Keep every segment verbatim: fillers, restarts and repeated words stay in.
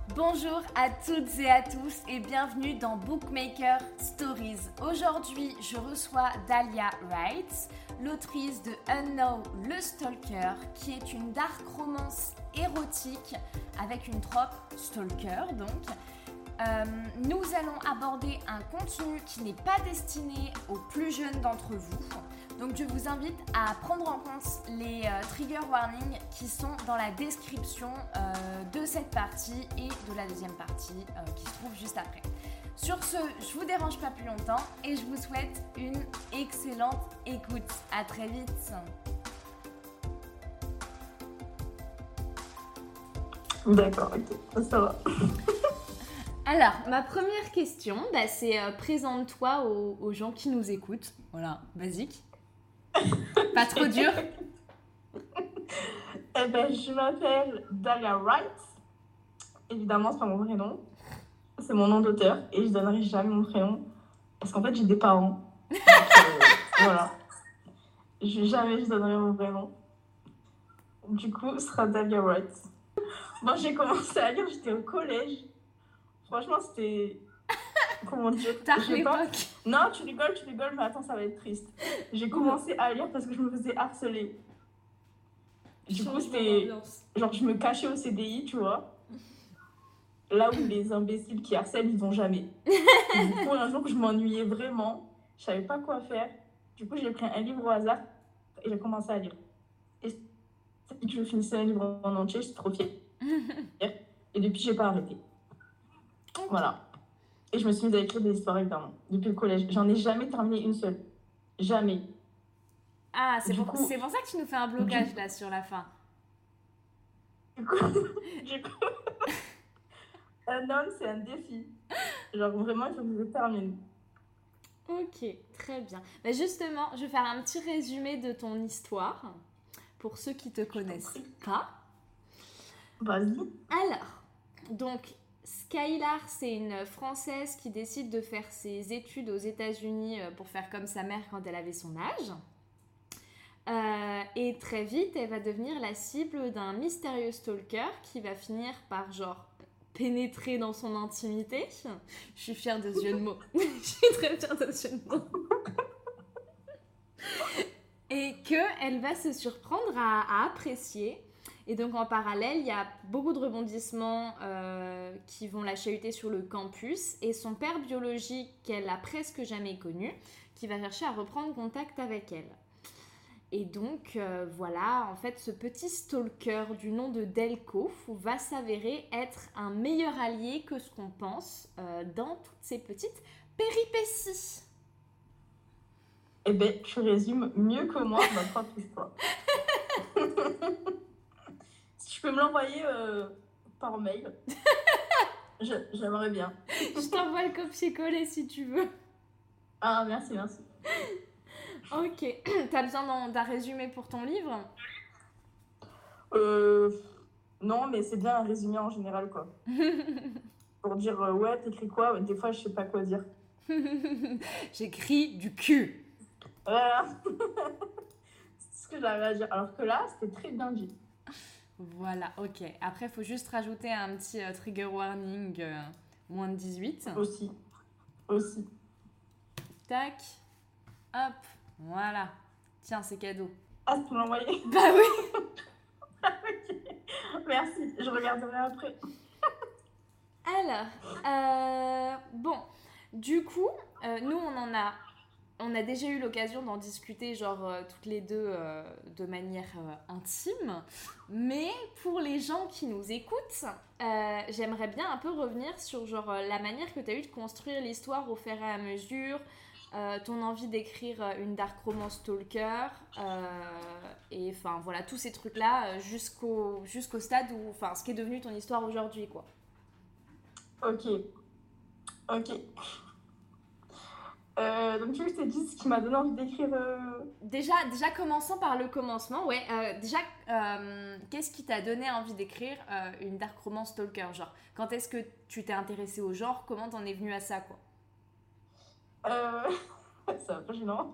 Bonjour à toutes et à tous et bienvenue dans Bookmaker Stories. Aujourd'hui, je reçois Dahlia Wright, l'autrice de Unknown le Stalker, qui est une dark romance érotique avec une trope stalker donc. Euh, nous allons aborder un contenu qui n'est pas destiné aux plus jeunes d'entre vous. Donc je vous invite à prendre en compte les euh, trigger warnings qui sont dans la description euh, de cette partie et de la deuxième partie euh, qui se trouve juste après. Sur ce, je vous dérange pas plus longtemps et je vous souhaite une excellente écoute. À très vite. D'accord, ok, ça va. Alors, ma première question, bah, c'est euh, présente-toi aux, aux gens qui nous écoutent. Voilà, basique. Pas trop dur. Eh ben, je m'appelle Dahlia Wright. Évidemment, c'est pas mon vrai nom. C'est mon nom d'auteur et je donnerai jamais mon prénom parce qu'en fait, j'ai des parents. Donc, euh, voilà. Je, jamais je donnerai mon vrai nom. Du coup, ce sera Dahlia Wright. Moi, j'ai commencé à lire, j'étais au collège. Franchement, c'était... Comment dire? Tard Je sais pas. l'époque. Non, tu rigoles, tu rigoles, mais attends, ça va être triste. J'ai commencé à lire parce que je me faisais harceler. Du coup, c'était... Genre, je me cachais au C D I, tu vois. Là où les imbéciles qui harcèlent, ils vont jamais. Et du coup, un jour, je m'ennuyais vraiment. Je savais pas quoi faire. Du coup, j'ai pris un livre au hasard et j'ai commencé à lire. Et que je finissais un livre en entier, j'étais trop fière. Et depuis, j'ai pas arrêté. Okay. Voilà. Et je me suis mise à écrire des histoires, évidemment, depuis le collège. J'en ai jamais terminé une seule. Jamais. Ah, c'est pour, coup, c'est pour ça que tu nous fais un blocage, du... là, sur la fin. Du coup, du coup... un homme, c'est un défi. Genre, vraiment, il faut que je le termine. Ok, très bien. Bah justement, je vais faire un petit résumé de ton histoire, pour ceux qui te connaissent pas. Vas-y. Alors, donc... Skylar, c'est une Française qui décide de faire ses études aux États-Unis pour faire comme sa mère quand elle avait son âge. Euh, et très vite, elle va devenir la cible d'un mystérieux stalker qui va finir par genre pénétrer dans son intimité. Je suis fière de ce jeu de mots. Je suis très fière de ce jeu de mots. Et qu'elle va se surprendre à, à apprécier. Et donc, en parallèle, il y a beaucoup de rebondissements euh, qui vont la chahuter sur le campus. Et son père biologique, qu'elle a presque jamais connu, qui va chercher à reprendre contact avec elle. Et donc, euh, voilà, en fait, ce petit stalker du nom de Delco va s'avérer être un meilleur allié que ce qu'on pense euh, dans toutes ces petites péripéties. Eh bien, tu résumes mieux que moi ma propre histoire. Tu peux me l'envoyer euh, par mail. Je, j'aimerais bien. Je t'envoie le copier-coller si tu veux. Ah, merci, merci. Ok. T'as besoin d'un, d'un résumé pour ton livre ? Euh... Non, mais c'est bien un résumé en général, quoi. Pour dire, euh, ouais, t'écris quoi ? Des fois, je sais pas quoi dire. J'écris du cul. Voilà. C'est ce que j'avais à dire. Alors que là, c'était très bien dit. Voilà, ok. Après, il faut juste rajouter un petit euh, trigger warning euh, moins de dix-huit. Aussi. Aussi. Tac. Hop. Voilà. Tiens, c'est cadeau. Ah, tu peux l'envoyer ? Bah oui. Ok. Merci, je regarderai après. Alors, euh, bon, du coup, euh, nous, on en a... On a déjà eu l'occasion d'en discuter, genre, euh, toutes les deux euh, de manière euh, intime. Mais pour les gens qui nous écoutent, euh, j'aimerais bien un peu revenir sur, genre, la manière que tu as eu de construire l'histoire au fur et à mesure, euh, ton envie d'écrire une dark romance stalker, euh, et enfin, voilà, tous ces trucs-là, jusqu'au, jusqu'au stade où, enfin, ce qui est devenu ton histoire aujourd'hui, quoi. Ok. Ok. Euh, donc tu veux que je te dise ce qui m'a donné envie d'écrire euh... déjà, déjà commençons par le commencement, ouais. Euh, déjà, euh, qu'est-ce qui t'a donné envie d'écrire euh, une dark romance stalker, genre quand est-ce que tu t'es intéressée au genre, comment t'en es venue à ça, quoi? euh... C'est un peu gênant.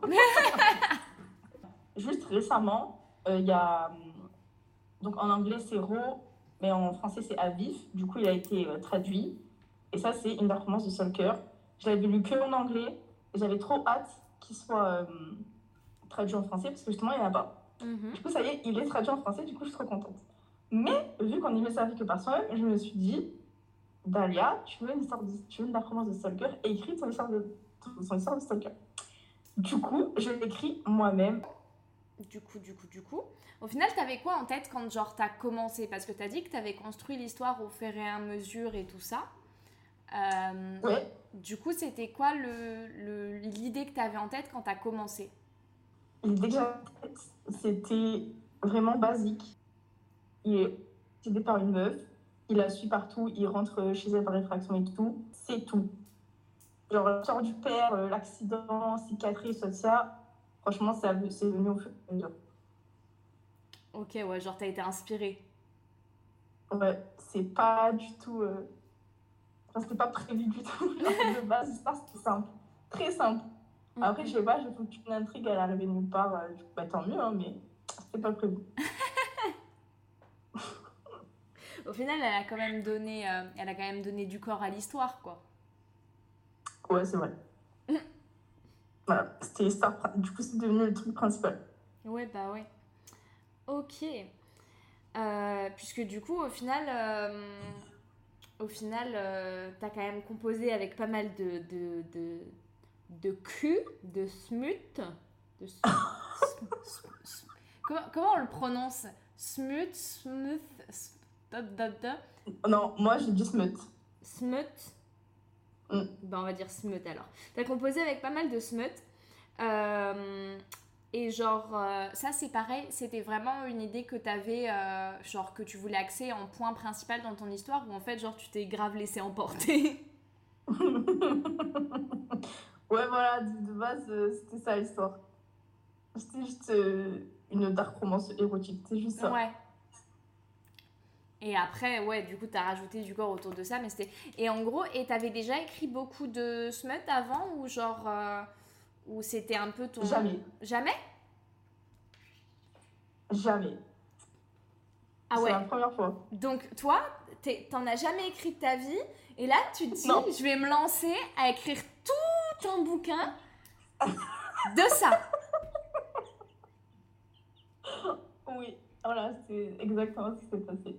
Juste récemment, il euh, y a donc en anglais c'est Raw mais en français, c'est À vif. Du coup, il a été euh, traduit. Et ça, c'est une performance de Stalker. Je l'avais lu que en anglais. Et j'avais trop hâte qu'il soit euh, traduit en français, parce que justement, il n'y en a pas. Mhm. Du coup, ça y est, il est traduit en français. Du coup, je suis trop contente. Mais, vu qu'on y met sa vie que par soi-même, je me suis dit, Dahlia, tu veux une, histoire de, tu veux une performance de Stalker, et écris ton histoire de, son histoire de Stalker. Du coup, je l'écris moi-même. Du coup, du coup, du coup. Au final, t'avais quoi en tête quand genre t'as commencé? Parce que t'as dit que t'avais construit l'histoire au fur et à mesure et tout ça. Euh, Ouais. Du coup, c'était quoi le, le, l'idée que t'avais en tête quand t'as commencé? L'idée que j'avais en tête, c'était vraiment basique. Il est aidé par une meuf, il la suit partout, il rentre chez elle par effraction et tout. C'est tout. Genre, l'histoire du père, euh, l'accident, cicatrice, tout ça. Franchement, ça, c'est venu au fur et à mesure. Ok, ouais, genre t'as été inspirée. Ouais, c'est pas du tout. Euh... Enfin, c'était pas prévu du tout. Genre, de base, l'histoire, c'était simple. Très simple. Après, je sais pas, j'ai foutu une intrigue, elle est arrivée nulle part. Euh, du coup, bah, tant mieux, hein, mais c'était pas prévu. Au final, elle a quand même donné, euh, elle a quand même donné du corps à l'histoire, quoi. Ouais, c'est vrai. Voilà, c'était l'histoire. Du coup, c'est devenu le truc principal. Ouais, bah ouais. Ok. Euh, puisque du coup, au final, euh, au final, euh, t'as quand même composé avec pas mal de de de, de cul, de smut, de sm- sm- sm- sm- comment, comment on le prononce? Smut, smooth, sm- da, da, da. Non, moi, j'ai dit smut. Smut. Mm. Ben, on va dire smut alors. T'as composé avec pas mal de smut. Euh, et genre, euh, ça c'est pareil, c'était vraiment une idée que t'avais, euh, genre que tu voulais axer en point principal dans ton histoire, ou en fait, genre, tu t'es grave laissé emporter. Ouais, voilà, de, de base, euh, c'était ça l'histoire. C'était juste euh, une dark romance érotique, c'est juste ça. Ouais. Et après, ouais, du coup, t'as rajouté du corps autour de ça, mais c'était. Et en gros, et t'avais déjà écrit beaucoup de smut avant, ou genre. Euh, ou c'était un peu ton. Jamais, Jamais? jamais. Ah C'est ouais. la première fois. Donc, toi, t'es- t'en as jamais écrit de ta vie, et là, tu te dis, Non, je vais me lancer à écrire tout un bouquin de ça. oui, voilà, c'est exactement ce qui s'est passé.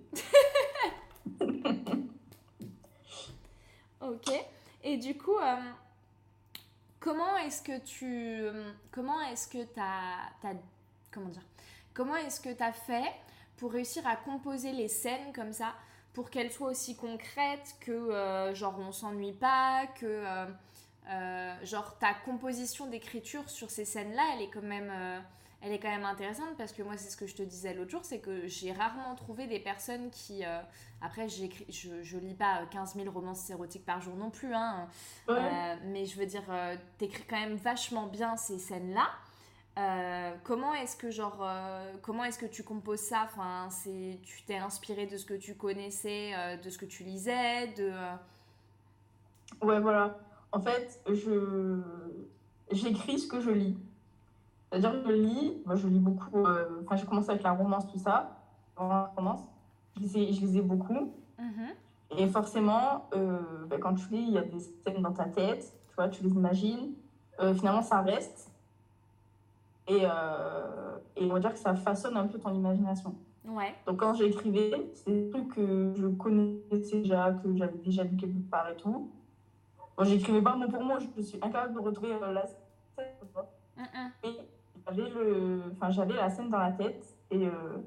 Ok. Et du coup, euh, comment est-ce que tu, euh, comment est-ce que t'as, t'as, comment dire, comment est-ce que t'as fait pour réussir à composer les scènes comme ça, pour qu'elles soient aussi concrètes, que euh, genre on s'ennuie pas, que euh, euh, genre ta composition d'écriture sur ces scènes-là, elle est quand même, euh, elle est quand même intéressante, parce que moi c'est ce que je te disais l'autre jour, c'est que j'ai rarement trouvé des personnes qui, euh, après j'écris, je, je lis pas quinze mille romances érotiques par jour non plus, hein, Ouais. euh, mais je veux dire, euh, t'écris quand même vachement bien ces scènes-là. Euh, comment est-ce que genre euh, comment est-ce que tu composes ça, enfin c'est tu t'es inspiré de ce que tu connaissais, euh, de ce que tu lisais, de euh, Ouais, voilà. En fait, je j'écris ce que je lis. C'est-à-dire que je lis, moi je lis beaucoup, euh, enfin j'ai commencé avec la romance, tout ça, la romance, je lisais, je lisais beaucoup. mhm. Et forcément, euh, bah, quand tu lis, il y a des scènes dans ta tête, tu vois, tu les imagines. Euh, finalement, ça reste. Et, euh, et on va dire que ça façonne un peu ton imagination. Ouais. Donc quand j'écrivais, c'est des trucs que je connaissais déjà, que j'avais déjà lu quelque part et tout. Bon, j'écrivais pas mot pour mot, je suis incapable de retrouver euh, la scène, tu vois. Mhm. Mais j'avais le, enfin, j'avais la scène dans la tête et, euh,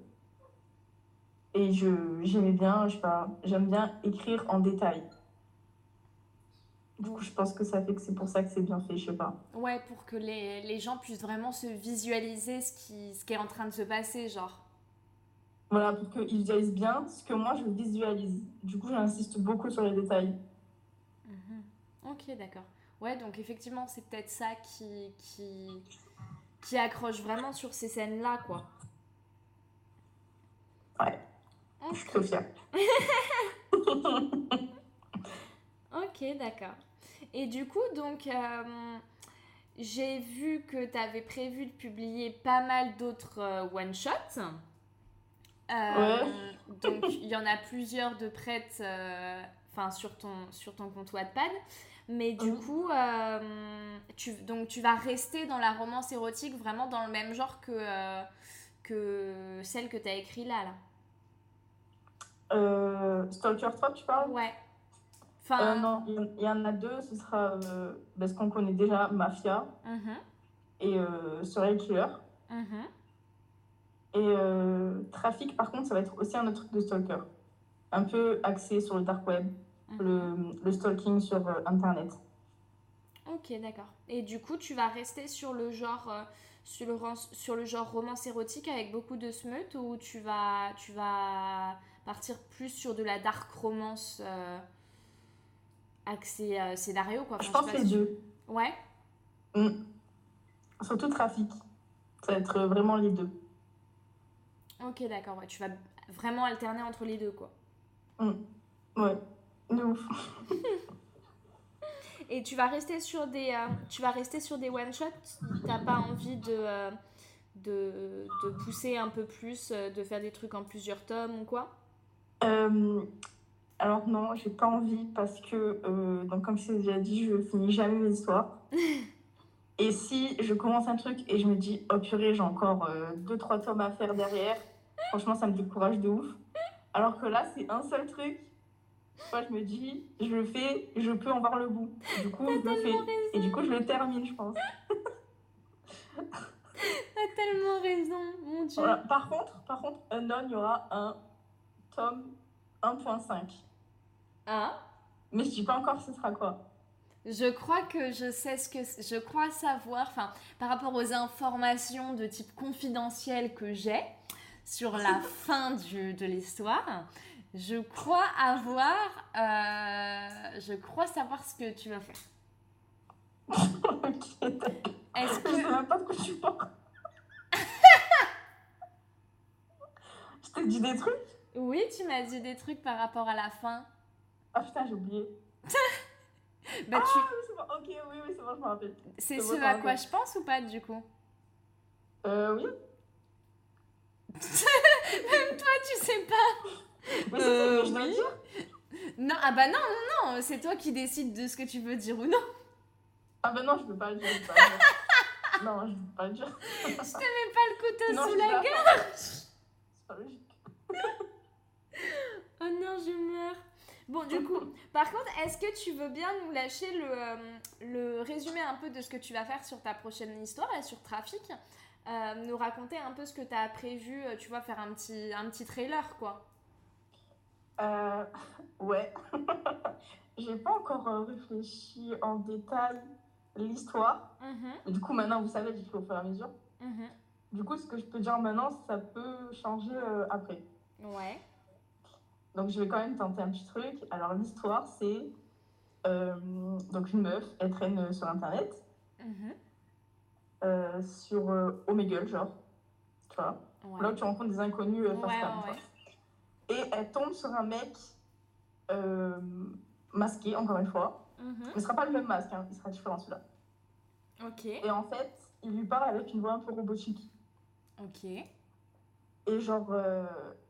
et je, j'aimais bien, je sais pas, j'aime bien écrire en détail. Du coup, je pense que ça fait que c'est pour ça que c'est bien fait, je sais pas. Ouais, pour que les, les gens puissent vraiment se visualiser ce qui, ce qui est en train de se passer, genre. Voilà, pour qu'ils visualisent bien ce que moi je visualise. Du coup, j'insiste beaucoup sur les détails. Mhm. Ok, d'accord. Ouais, donc effectivement, c'est peut-être ça qui, qui, qui accroche vraiment sur ces scènes-là, quoi. Ouais, je suis Ok. trop fière. Ok, d'accord. Et du coup, donc, euh, j'ai vu que tu avais prévu de publier pas mal d'autres euh, one-shots. Euh, Ouais. donc, il y en a plusieurs de prêtes euh, enfin, sur, ton, sur ton compte Wattpad. Mais du Oui. coup, euh, tu, donc, tu vas rester dans la romance érotique, vraiment dans le même genre que, euh, que celle que tu as écrite là, là. Euh, Stalker trois, tu parles? Ouais. Euh, Enfin, non, il y, en il y en a deux. Ce sera euh, parce qu'on connaît déjà Mafia mhm, et euh, Serial Killer. mhm. Et euh, Trafic, par contre, ça va être aussi un autre truc de stalker. Un peu axé sur le dark web, Mhm. le, le stalking sur euh, Internet. Ok, d'accord. Et du coup, tu vas rester sur le genre, euh, sur le, ran- sur le genre romance érotique avec beaucoup de smut ou tu vas, tu vas partir plus sur de la dark romance euh, axée euh, scénario, quoi. Je Enfin, je sais pense pas les si tu... deux. Ouais. Mm. Surtout Trafic. Ça va être vraiment les deux. Ok, d'accord. Ouais, tu vas vraiment alterner entre les deux, quoi. Mm. Ouais, de ouf. Et tu vas rester sur des, euh, tu vas rester sur des one shots. T'as pas envie de, euh, de, de pousser un peu plus, euh, de faire des trucs en plusieurs tomes ou quoi? Euh, alors non, j'ai pas envie parce que, euh, donc comme je t'ai déjà dit, je finis jamais mes histoires. Et si je commence un truc et je me dis, oh purée, j'ai encore euh, deux, trois tomes à faire derrière, franchement, ça me décourage de ouf. Alors que là, c'est un seul truc. Moi, je me dis, je le fais, je peux en voir le bout. Du coup, T'as je le tellement fais. Et du coup, je raison. le termine, je pense. T'as tellement raison, mon Voilà. Dieu. Par contre, par contre, Unknown, il y aura un tome un point cinq. Ah, Mais je dis pas encore ce sera quoi. je crois que je sais ce que je crois savoir, enfin, par rapport aux informations de type confidentiel que j'ai sur la fin du, de l'histoire, je crois avoir, euh, je crois savoir ce que tu vas faire. Ok, d'accord. Est-ce Je sais que, même pas de quoi tu parles. Je t'ai dit des trucs? oui, tu m'as dit des trucs par rapport à la fin. Ah putain, j'ai oublié. Bah Ah, tu, oui, c'est bon. Ok, oui, oui, c'est bon, je me rappelle. c'est C'est ce bon, je me à quoi rappelle. je pense ou pas du coup? Euh, oui. Toi, tu sais pas. Mais si, si, Euh, mais je dois oui. dire. Non, ah bah non, non, non, c'est toi qui décides de ce que tu veux dire ou non. Ah ben non, je peux pas le dire, je peux pas le dire. Non, je peux pas le dire. Je te mets pas le couteau Sinon, sous je dis la la gueule. fin. C'est pas logique. Oh non, je meurs. Bon, du coup, par contre, est-ce que tu veux bien nous lâcher le, euh, le résumé un peu de ce que tu vas faire sur ta prochaine histoire, là, sur Trafic euh, nous raconter un peu ce que tu as prévu, euh, tu vois, faire un petit, un petit trailer, quoi. Euh, ouais. J'ai pas encore euh, réfléchi en détail l'histoire. Mhm, Mais du coup, maintenant, vous savez, je fais au fur et à mesure. mhm. Du coup, ce que je peux dire maintenant, ça peut changer euh, après. Ouais. Donc, je vais quand même tenter un petit truc. Alors, l'histoire, c'est euh, donc une meuf, elle traîne sur Internet, Mhm. euh, sur euh, Omegle, genre, tu vois. Là Ouais. où tu rencontres des inconnus euh, Ouais, face cam, ouais, tu vois. ouais. Et elle tombe sur un mec euh, masqué, encore une fois. Mhm. Mais ce sera pas le même masque, hein, il sera différent celui-là. Ok. Et en fait, il lui parle avec une voix un peu robotique. Ok. Et genre, euh,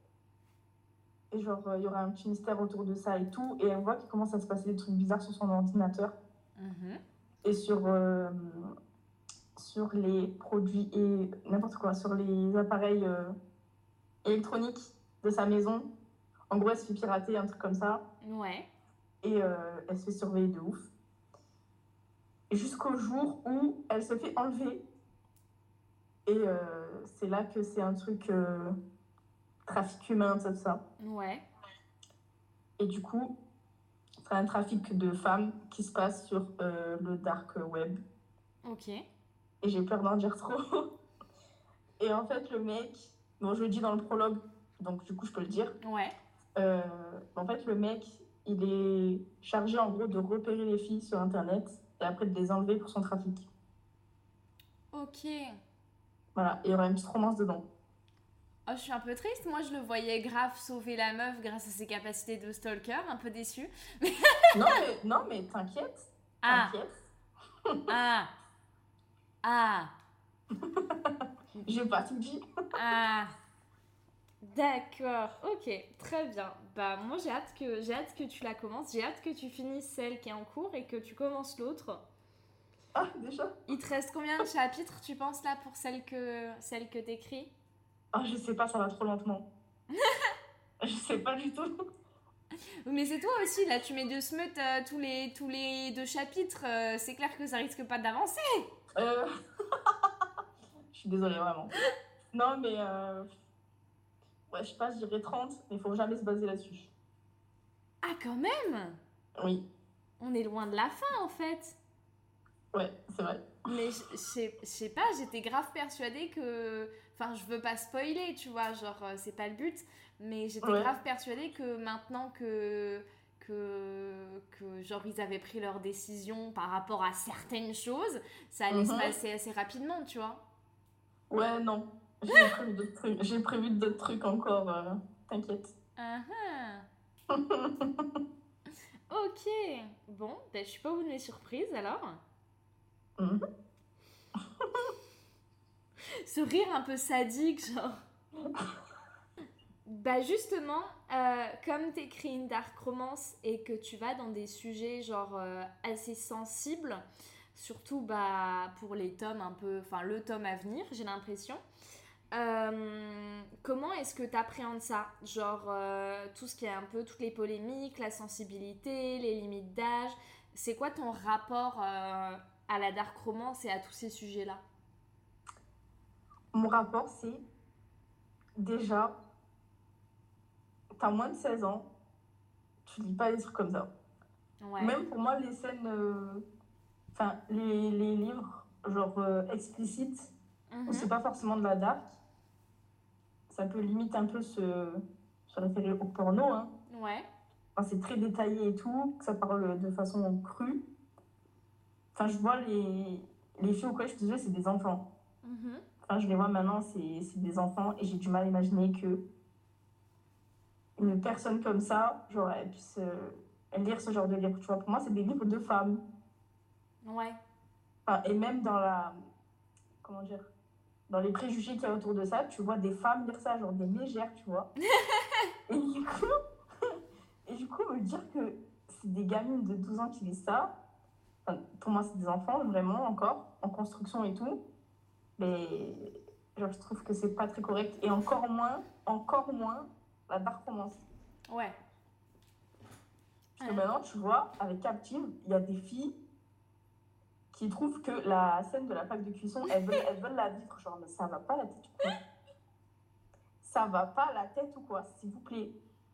et genre, euh, il y aura un petit mystère autour de ça et tout. Et elle voit qu'il commence à se passer des trucs bizarres sur son ordinateur Mhm. et sur, euh, sur les produits et n'importe quoi, sur les appareils euh, électroniques de sa maison. En gros, elle se fait pirater, un truc comme ça. Ouais. Et euh, elle se fait surveiller de ouf. Jusqu'au jour où elle se fait enlever. Et euh, c'est là que c'est un truc euh, trafic humain, tout ça. Ouais. Et du coup, c'est un trafic de femmes qui se passe sur euh, le dark web. Ok. Et j'ai peur d'en dire trop. Et en fait, le mec, bon, je le dis dans le prologue, donc du coup, je peux le dire. Ouais. Euh, en fait, le mec, il est chargé en gros de repérer les filles sur Internet et après de les enlever pour son trafic. Ok. Voilà, et il y aura une petite romance dedans. Oh, je suis un peu triste. Moi, je le voyais grave sauver la meuf grâce à ses capacités de stalker. Un peu déçue. Non, mais, non, mais t'inquiète, Ah. t'inquiète. Ah. Ah. J'ai pas tout dit. Ah. D'accord, ok, très bien. Bah moi j'ai hâte que j'ai hâte que tu la commences, j'ai hâte que tu finisses celle qui est en cours et que tu commences l'autre. Ah, déjà? Il te reste combien de chapitres tu penses là pour celle que celle que t'écris? Ah, je sais pas, ça va trop lentement. Je sais pas du tout. Mais c'est toi aussi, là tu mets deux smut euh, tous les tous les deux chapitres, euh, c'est clair que ça risque pas d'avancer. Euh, je suis désolée, vraiment. Non, mais euh, ouais, je sais pas, je dirais trente, mais il faut jamais se baser là-dessus. Ah quand même, Oui, on est loin de la fin en fait. ouais, c'est vrai. Mais je je sais je sais pas, j'étais grave persuadée que... Enfin, je veux pas spoiler, tu vois, genre, euh, c'est pas le but. Mais j'étais Ouais. grave persuadée que maintenant que... Que, que genre ils avaient pris leur décision par rapport à certaines choses, ça allait se Mhm. passer assez rapidement, tu vois. Ouais, non. J'ai prévu d'autres trucs. J'ai prévu d'autres trucs encore. euh, T'inquiète. Ah ah. Ok. Bon, ben, je suis pas au bout de mes surprises alors. Mhm. Ce rire un peu sadique, genre. Bah justement, euh, comme t'écris une dark romance et que tu vas dans des sujets genre euh, assez sensibles, surtout bah pour les tomes un peu, enfin le tome à venir, j'ai l'impression. Euh, comment est-ce que t'appréhendes ça? Genre euh, tout ce qui est un peu toutes les polémiques, la sensibilité, les limites d'âge. C'est quoi ton rapport euh, à la dark romance et à tous ces sujets-là? Mon rapport, c'est déjà, t'as moins de seize ans, tu lis pas des trucs comme ça. Ouais. Même pour moi, les scènes, euh, enfin, les, les livres, genre euh, explicites, où Mhm. c'est pas forcément de la dark, ça peut limite un peu se, se référer au porno, hein. Ouais. Enfin, c'est très détaillé et tout, que ça parle de façon crue. Enfin, je vois les, les filles au collège, je suis désolée, c'est des enfants. Mhm. Enfin, je les vois maintenant, c'est c'est des enfants, et j'ai du mal à imaginer que une personne comme ça, genre, elle puisse euh, lire ce genre de livre. Tu vois, pour moi, c'est des livres de femmes. Ouais. Enfin, et même dans la, comment dire, dans les préjugés qu'il y a autour de ça, tu vois des femmes lire ça, genre des mégères, tu vois. Et du coup, et du coup me dire que c'est des gamines de douze ans qui lisent ça, enfin, pour moi, c'est des enfants, vraiment, encore, en construction et tout. Mais genre, je trouve que c'est pas très correct. Et encore moins, encore moins, la dark romance. Ouais. Parce que Euh, maintenant, tu vois, avec Captive, il y a des filles qui trouvent que la scène de la plaque de cuisson, elles veulent, elles veulent la vivre. Genre, mais ça va pas la tête ou quoi? Ça va pas la tête ou quoi, s'il vous plaît?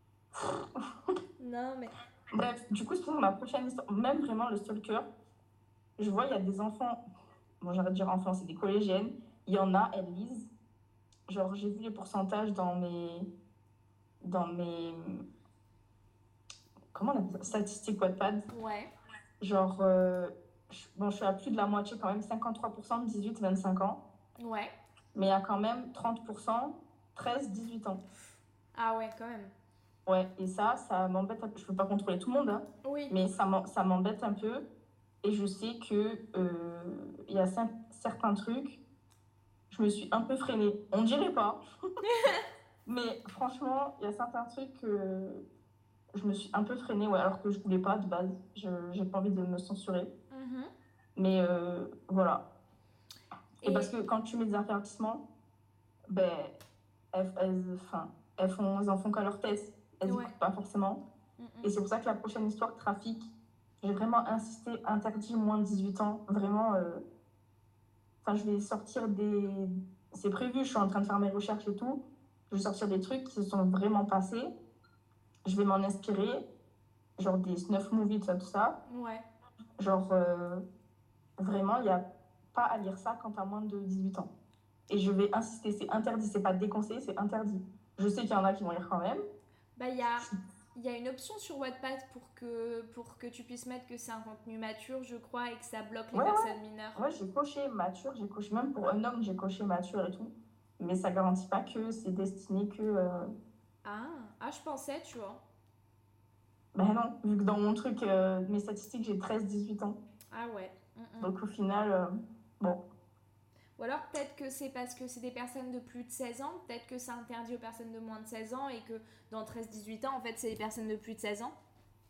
Non, mais Bref, du coup, c'est pour ma prochaine histoire. Même vraiment, le stalker, je vois, il y a des enfants. Bon, j'arrête de dire enfants, c'est des collégiennes. Il y en a, elles lisent. Genre, j'ai vu les pourcentages dans mes. Dans mes. Comment on appelle ça? Statistiques Wattpad. ouais, Genre, euh, je, bon, je suis à plus de la moitié quand même, cinquante-trois pour cent de dix-huit vingt-cinq ans. ouais. Mais il y a quand même trente pour cent treize dix-huit ans. Ah ouais, quand même. Ouais, et ça, ça m'embête un peu. Je peux pas contrôler tout le monde, hein, Oui. mais ça m'em- ça m'embête un peu. Et je sais que euh, il y a cer- certains trucs, je me suis un peu freinée. On dirait pas, mais franchement, il y a certains trucs que je me suis un peu freinée, ouais, alors que je voulais pas de base. Je j'ai pas envie de me censurer. Mhm. Mais euh, voilà. Et parce Et que quand tu mets des avertissements, ben, elles, elles, enfin, elles font, elles en font qu'à leur tête. Elles ouais. n'écoutent pas forcément. Et Mhm. c'est pour ça que la prochaine histoire, trafic, j'ai vraiment insisté, interdit moins de dix-huit ans. Vraiment, euh, enfin, je vais sortir des. C'est prévu, je suis en train de faire mes recherches et tout. Je vais sortir des trucs qui se sont vraiment passés. Je vais m'en inspirer, genre des snuff movies, tout ça, tout ça. Ouais. Genre, euh, vraiment, il n'y a pas à lire ça quand t'as moins de dix-huit ans. Et je vais insister, c'est interdit, c'est pas déconseillé, c'est interdit. Je sais qu'il y en a qui vont lire quand même. Bah, il y a, il y a une option sur Wattpad pour que, pour que tu puisses mettre que c'est un contenu mature, je crois, et que ça bloque les Ouais, personnes mineures. ouais, j'ai coché mature, j'ai coché même pour un homme, j'ai coché mature et tout. Mais ça garantit pas que c'est destiné que. euh, Ah, ah, je pensais, tu vois. Ben non, vu que dans mon truc, euh, mes statistiques, j'ai treize dix-huit ans. Ah ouais. Mhm. Donc au final, euh, bon. Ou alors peut-être que c'est parce que c'est des personnes de plus de seize ans, peut-être que c'est interdit aux personnes de moins de seize ans et que dans treize dix-huit ans, en fait, c'est des personnes de plus de seize ans.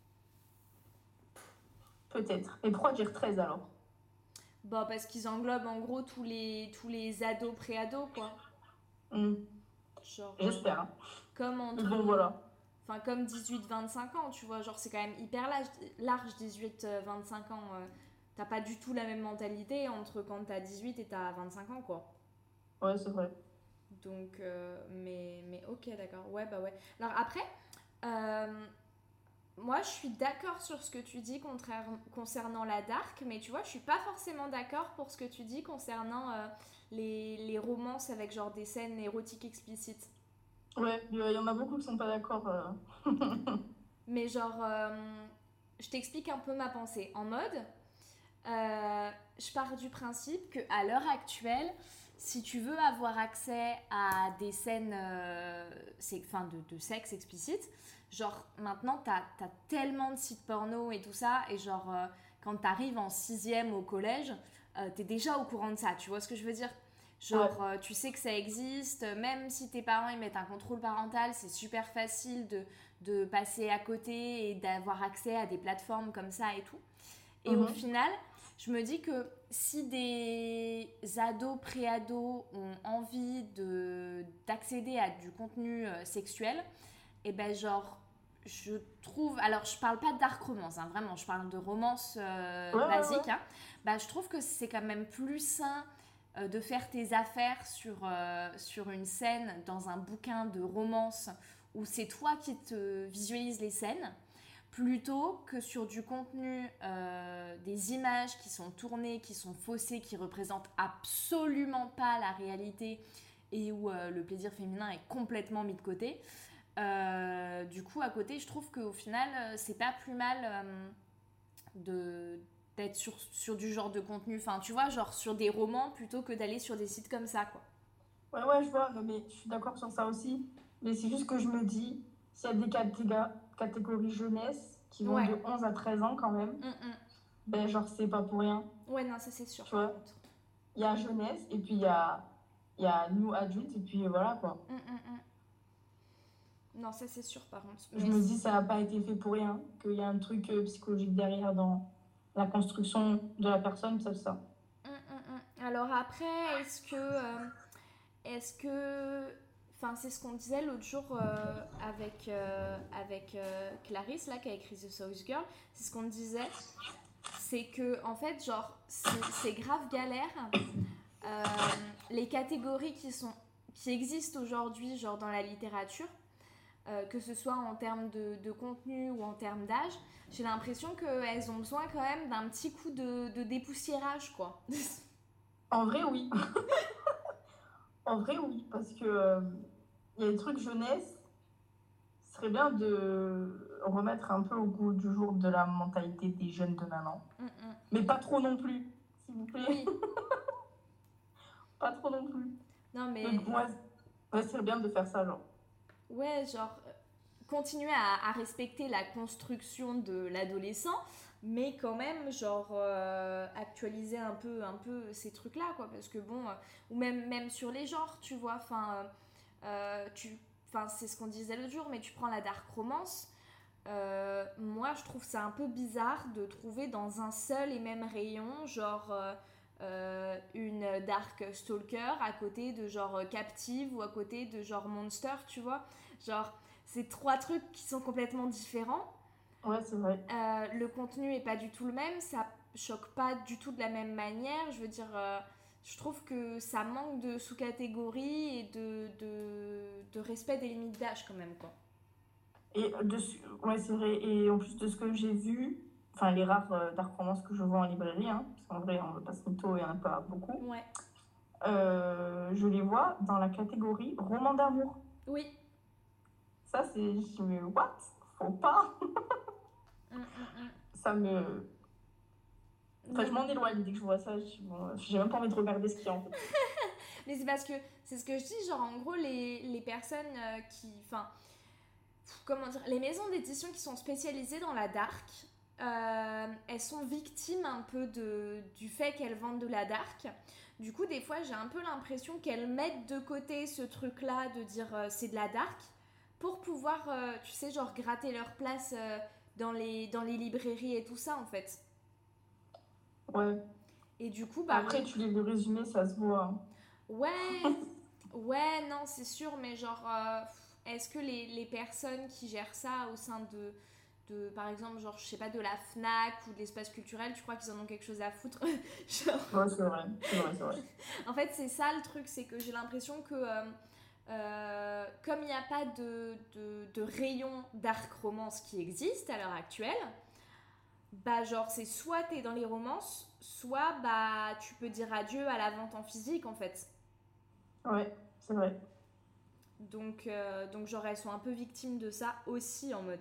Peut-être. Et pourquoi dire treize alors? Bah parce qu'ils englobent en gros tous les, tous les ados, pré-ados, quoi. Mm. Genre, J'espère. Hein. Comme entre... Bon, voilà. Enfin, comme dix-huit vingt-cinq ans, tu vois. Genre, c'est quand même hyper large, large dix-huit vingt-cinq ans. Euh, t'as pas du tout la même mentalité entre quand t'as dix-huit et t'as vingt-cinq ans, quoi. Ouais, c'est vrai. Donc, euh, mais, mais ok, d'accord. Ouais, bah ouais. Alors après, euh, moi, je suis d'accord sur ce que tu dis contraire, concernant la dark, mais tu vois, je suis pas forcément d'accord pour ce que tu dis concernant euh, les, les romances avec genre des scènes érotiques explicites. Ouais, il y en a beaucoup qui sont pas d'accord. Euh... Mais genre, euh, je t'explique un peu ma pensée. En mode, euh, je pars du principe qu'à l'heure actuelle, si tu veux avoir accès à des scènes euh, c'est, enfin de, de sexe explicite, genre maintenant t'as, t'as tellement de sites porno et tout ça, et genre euh, quand t'arrives en sixième au collège, euh, t'es déjà au courant de ça, tu vois ce que je veux dire? Genre, Ouais. euh, tu sais que ça existe, même si tes parents ils mettent un contrôle parental, c'est super facile de, de passer à côté et d'avoir accès à des plateformes comme ça et tout. Et au Mhm. final, je me dis que si des ados, pré-ados ont envie de, d'accéder à du contenu euh, sexuel, et ben genre, je trouve, alors je parle pas de dark romance, hein, vraiment, je parle de romance euh, Ouais, ouais, ouais. basique, hein, bah, je trouve que c'est quand même plus sain euh, de faire tes affaires sur, euh, sur une scène dans un bouquin de romance où c'est toi qui te visualises les scènes plutôt que sur du contenu, euh, des images qui sont tournées, qui sont faussées, qui représentent absolument pas la réalité et où euh, le plaisir féminin est complètement mis de côté. Euh, du coup, à côté, je trouve qu'au final, euh, c'est pas plus mal euh, de, d'être sur, sur du genre de contenu, enfin, tu vois, genre sur des romans plutôt que d'aller sur des sites comme ça, quoi. Ouais, ouais, je vois, non, mais je suis d'accord sur ça aussi. Mais c'est juste que je me dis, s'il y a des catéga- catégories jeunesse qui vont Ouais. de onze à treize ans quand même, Mm, mm. ben genre c'est pas pour rien, Ouais, non, ça c'est sûr, tu par vois. contre. Il y a jeunesse et puis il y a, il y a nous adultes et puis voilà quoi. Mm, mm, mm. Non, ça c'est sûr, par contre. Je Mais me dis, ça n'a pas été fait pour rien, qu'il y a un truc euh, psychologique derrière dans la construction de la personne, ça, ça. Hum, hum, hum. Alors après, est-ce que, euh, est-ce que, enfin c'est ce qu'on disait l'autre jour euh, avec euh, avec euh, Clarisse là qui a écrit The South Girl, c'est ce qu'on disait, c'est que en fait genre c'est, c'est grave galère. Euh, les catégories qui sont qui existent aujourd'hui genre dans la littérature, euh, que ce soit en termes de, de contenu ou en termes d'âge, j'ai l'impression qu'elles ont besoin quand même d'un petit coup de, de dépoussiérage quoi. En vrai, oui. En vrai, oui, parce que euh, il y a des trucs jeunesse, ce serait bien de remettre un peu au goût du jour de la mentalité des jeunes de maintenant. Mm, mm. Mais pas trop non plus, s'il vous plaît. Oui. Pas trop non plus. Non, Mais mais moi, ouais, ce serait bien de faire ça, genre. ouais, genre, euh, continuer à, à respecter la construction de l'adolescent, mais quand même, genre, euh, actualiser un peu, un peu ces trucs-là, quoi. Parce que bon, euh, ou même, même sur les genres, tu vois, enfin, euh, tu, enfin, c'est ce qu'on disait l'autre jour, mais tu prends la dark romance. Euh, moi, je trouve ça un peu bizarre de trouver dans un seul et même rayon, genre euh, euh, une Dark Stalker à côté de genre euh, Captive ou à côté de genre Monster, tu vois. Genre, c'est trois trucs qui sont complètement différents. Ouais, c'est vrai. Euh, le contenu est pas du tout le même, ça choque pas du tout de la même manière. Je veux dire, euh, je trouve que ça manque de sous-catégories et de, de, de respect des limites d'âge quand même, quoi. Et de, ouais, c'est vrai. Et en plus de ce que j'ai vu, enfin, les rares euh, dark romances que je vois en librairie, hein, parce qu'en vrai, on ne veut pas se mytho, il n'y en a pas beaucoup, Ouais. euh, je les vois dans la catégorie roman d'amour. Oui. Ça, c'est. Je me. What? Faut pas. Mm, mm, mm. Ça me. Enfin, je m'en éloigne dès que je vois ça. Je- bon, j'ai même pas envie de regarder ce qu'il y a en fait. Mais c'est parce que c'est ce que je dis, genre en gros les, les personnes euh, qui, enfin, comment dire, les maisons d'édition qui sont spécialisées dans la dark, euh, elles sont victimes un peu de, du fait qu'elles vendent de la dark. Du coup, des fois, j'ai un peu l'impression qu'elles mettent de côté ce truc-là de dire euh, c'est de la dark pour pouvoir, euh, tu sais, genre gratter leur place euh, dans, les, dans les librairies et tout ça, en fait. Ouais. Et du coup, bah... Après, mais... tu lis le résumé, ça se voit. Hein. Ouais, ouais, non, c'est sûr, mais genre, euh, est-ce que les, les personnes qui gèrent ça au sein de, de, par exemple, genre, je sais pas, de la Fnac ou de l'espace culturel, tu crois qu'ils en ont quelque chose à foutre? Genre... Ouais, c'est vrai, c'est vrai, c'est vrai. En fait, c'est ça le truc, c'est que j'ai l'impression que, euh, euh, comme il n'y a pas de, de, de rayon dark romance qui existe à l'heure actuelle, bah genre c'est soit t'es dans les romances, soit bah tu peux dire adieu à la vente en physique en fait. Ouais, c'est vrai. Donc, euh, donc genre elles sont un peu victimes de ça aussi en mode.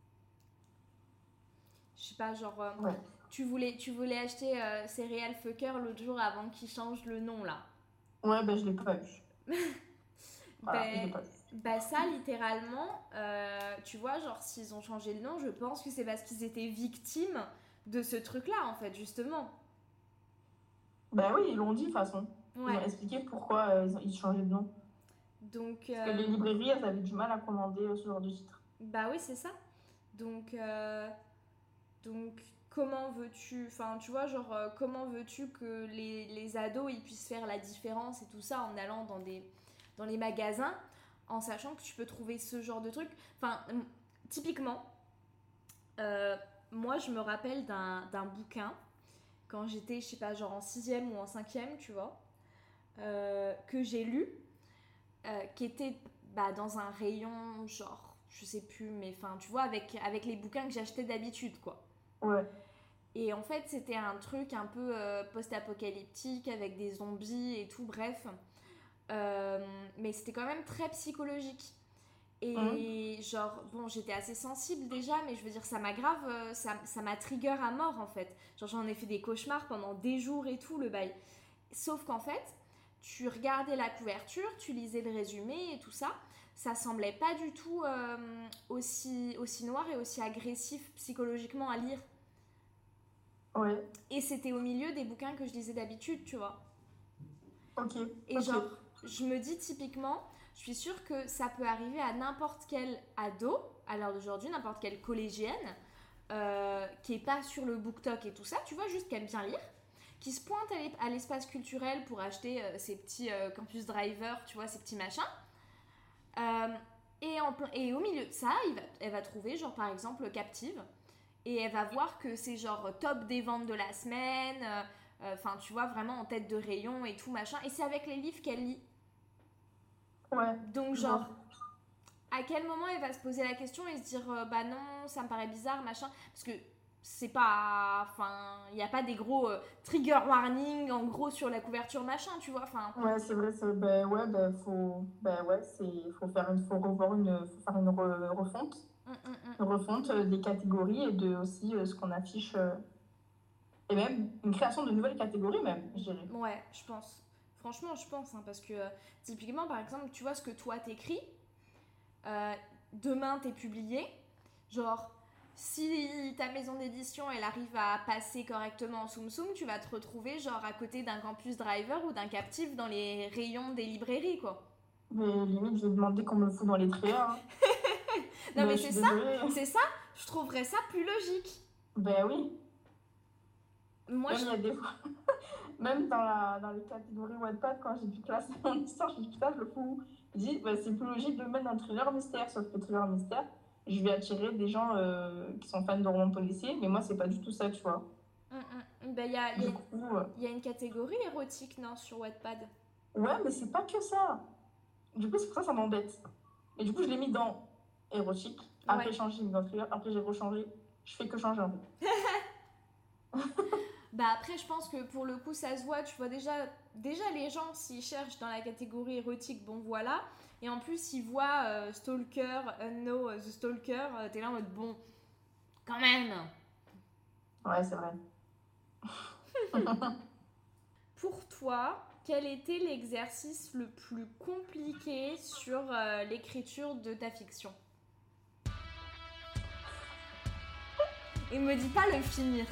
Je sais pas, genre euh, Ouais. tu, voulais, tu voulais acheter euh, Cereal Fucker l'autre jour avant qu'ils changent le nom là. Ouais, ben je l'ai pas eu. Voilà, je Ben, l'ai pas eu. bah ça littéralement, euh, tu vois, genre s'ils ont changé le nom, je pense que c'est parce qu'ils étaient victimes de ce truc là en fait justement. Ben oui, ils l'ont dit de toute façon. Ils ont Ouais. expliqué pourquoi euh, ils, ont- ils changeaient de nom. Donc, Parce que euh, les librairies, elles avaient du mal à commander euh, ce genre de titre. bah oui, c'est ça. Donc, euh, donc comment veux-tu, enfin, tu vois, genre, euh, comment veux-tu que les, les ados, ils puissent faire la différence et tout ça en allant dans, des, dans les magasins, en sachant que tu peux trouver ce genre de truc. Enfin, hum, typiquement, euh, moi, je me rappelle d'un, d'un bouquin, quand j'étais, je sais pas, genre en sixième ou en cinquième, tu vois, euh, que j'ai lu, euh, qui était bah, dans un rayon, genre, je sais plus, mais enfin, tu vois, avec, avec les bouquins que j'achetais d'habitude, quoi. Ouais. Et en fait, c'était un truc un peu euh, post-apocalyptique avec des zombies et tout, bref. Euh, mais c'était quand même très psychologique. Hum. Et genre, bon, j'étais assez sensible déjà, mais je veux dire, ça m'a grave, euh, ça, ça m'a trigger à mort en fait. Genre, j'en ai fait des cauchemars pendant des jours et tout, le bail. Sauf qu'en fait, tu regardais la couverture, tu lisais le résumé et tout ça, ça semblait pas du tout euh, aussi, aussi noir et aussi agressif psychologiquement à lire. Ouais. Et c'était au milieu des bouquins que je lisais d'habitude, tu vois. Ok. Et Ok. genre, je me dis typiquement, je suis sûre que ça peut arriver à n'importe quel ado, à l'heure d'aujourd'hui, n'importe quelle collégienne, euh, qui est pas sur le BookTok et tout ça, tu vois, juste qui aime bien lire, qui se pointe à l'espace culturel pour acheter euh, ses petits euh, campus drivers, tu vois, ces petits machins. Euh, et, en, et au milieu de ça, il va, elle va trouver, genre par exemple, Captive. Et elle va voir que c'est genre top des ventes de la semaine. Enfin, euh, euh, tu vois, vraiment en tête de rayon et tout, machin. Et c'est avec les livres qu'elle lit. Ouais. Donc, Je genre, vois. à quel moment elle va se poser la question et se dire, euh, bah non, ça me paraît bizarre, machin. Parce que c'est pas. Enfin, il n'y a pas des gros euh, trigger warning, en gros, sur la couverture, machin, tu vois. Enfin. Ouais, c'est vrai, c'est ben ouais, ben faut ben ouais, c'est faut faire une faut revoir une faut faire une re- refonte, Hum, hum, hum. une refonte euh, des catégories et de aussi euh, ce qu'on affiche euh, et même une création de nouvelles catégories même, je dirais. Ouais, je pense. Franchement, je pense, hein, parce que euh, typiquement, par exemple, tu vois ce que toi t'écris, euh, demain t'es publié, genre si ta maison d'édition elle arrive à passer correctement en Soum Soum, tu vas te retrouver genre à côté d'un campus driver ou d'un captif dans les rayons des librairies quoi. Mais limite, je vais demander qu'on me le fout dans les tréas, hein. Non Mais mais je c'est suis ça, désolée. c'est ça, je trouverais ça plus logique. Ben oui, Moi même il y a je... des fois, même dans la dans les catégories Wattpad quand j'ai dû classer mon histoire, je dis putain, je le fous où. Je dis ben, c'est plus logique de le mettre dans le thriller mystère, sauf que thriller mystère, je vais attirer des gens euh, qui sont fans de romans policiers, mais moi c'est pas du tout ça, tu vois. Hum, hum. Ben, il y a, y a Du une- coup, euh, y a une catégorie érotique non sur Wattpad. ouais, mais c'est pas que ça. Du coup, c'est pour ça que ça m'embête. Et du coup, je l'ai mis dans érotique. Ouais. Après, j'ai changé, j'ai mis dans thriller. Après, j'ai rechangé. Je fais que changer un peu. Bah après je pense que pour le coup ça se voit, tu vois déjà, déjà les gens s'ils cherchent dans la catégorie érotique, bon voilà, et en plus ils voient euh, Stalker, Unknown, euh, The Stalker, euh, t'es là en mode bon, quand même. Ouais, c'est vrai. Pour toi, quel était l'exercice le plus compliqué sur euh, l'écriture de ta fiction? Et me dis pas le finir.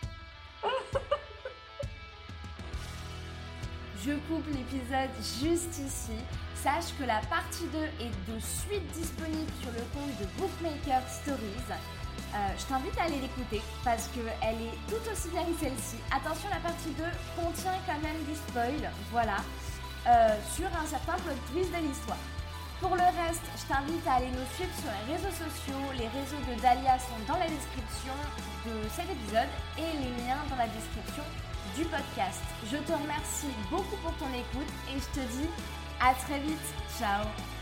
Je coupe l'épisode juste ici. Sache que la partie deux est de suite disponible sur le compte de Bookmaker Stories. Euh, je t'invite à aller l'écouter parce qu'elle est tout aussi bien que celle-ci. Attention, la partie deux contient quand même du spoil, voilà, euh, sur un certain plot twist de l'histoire. Pour le reste, je t'invite à aller nous suivre sur les réseaux sociaux. Les réseaux de Dahlia sont dans la description de cet épisode et les liens dans la description du podcast. Je te remercie beaucoup pour ton écoute et je te dis à très vite. Ciao.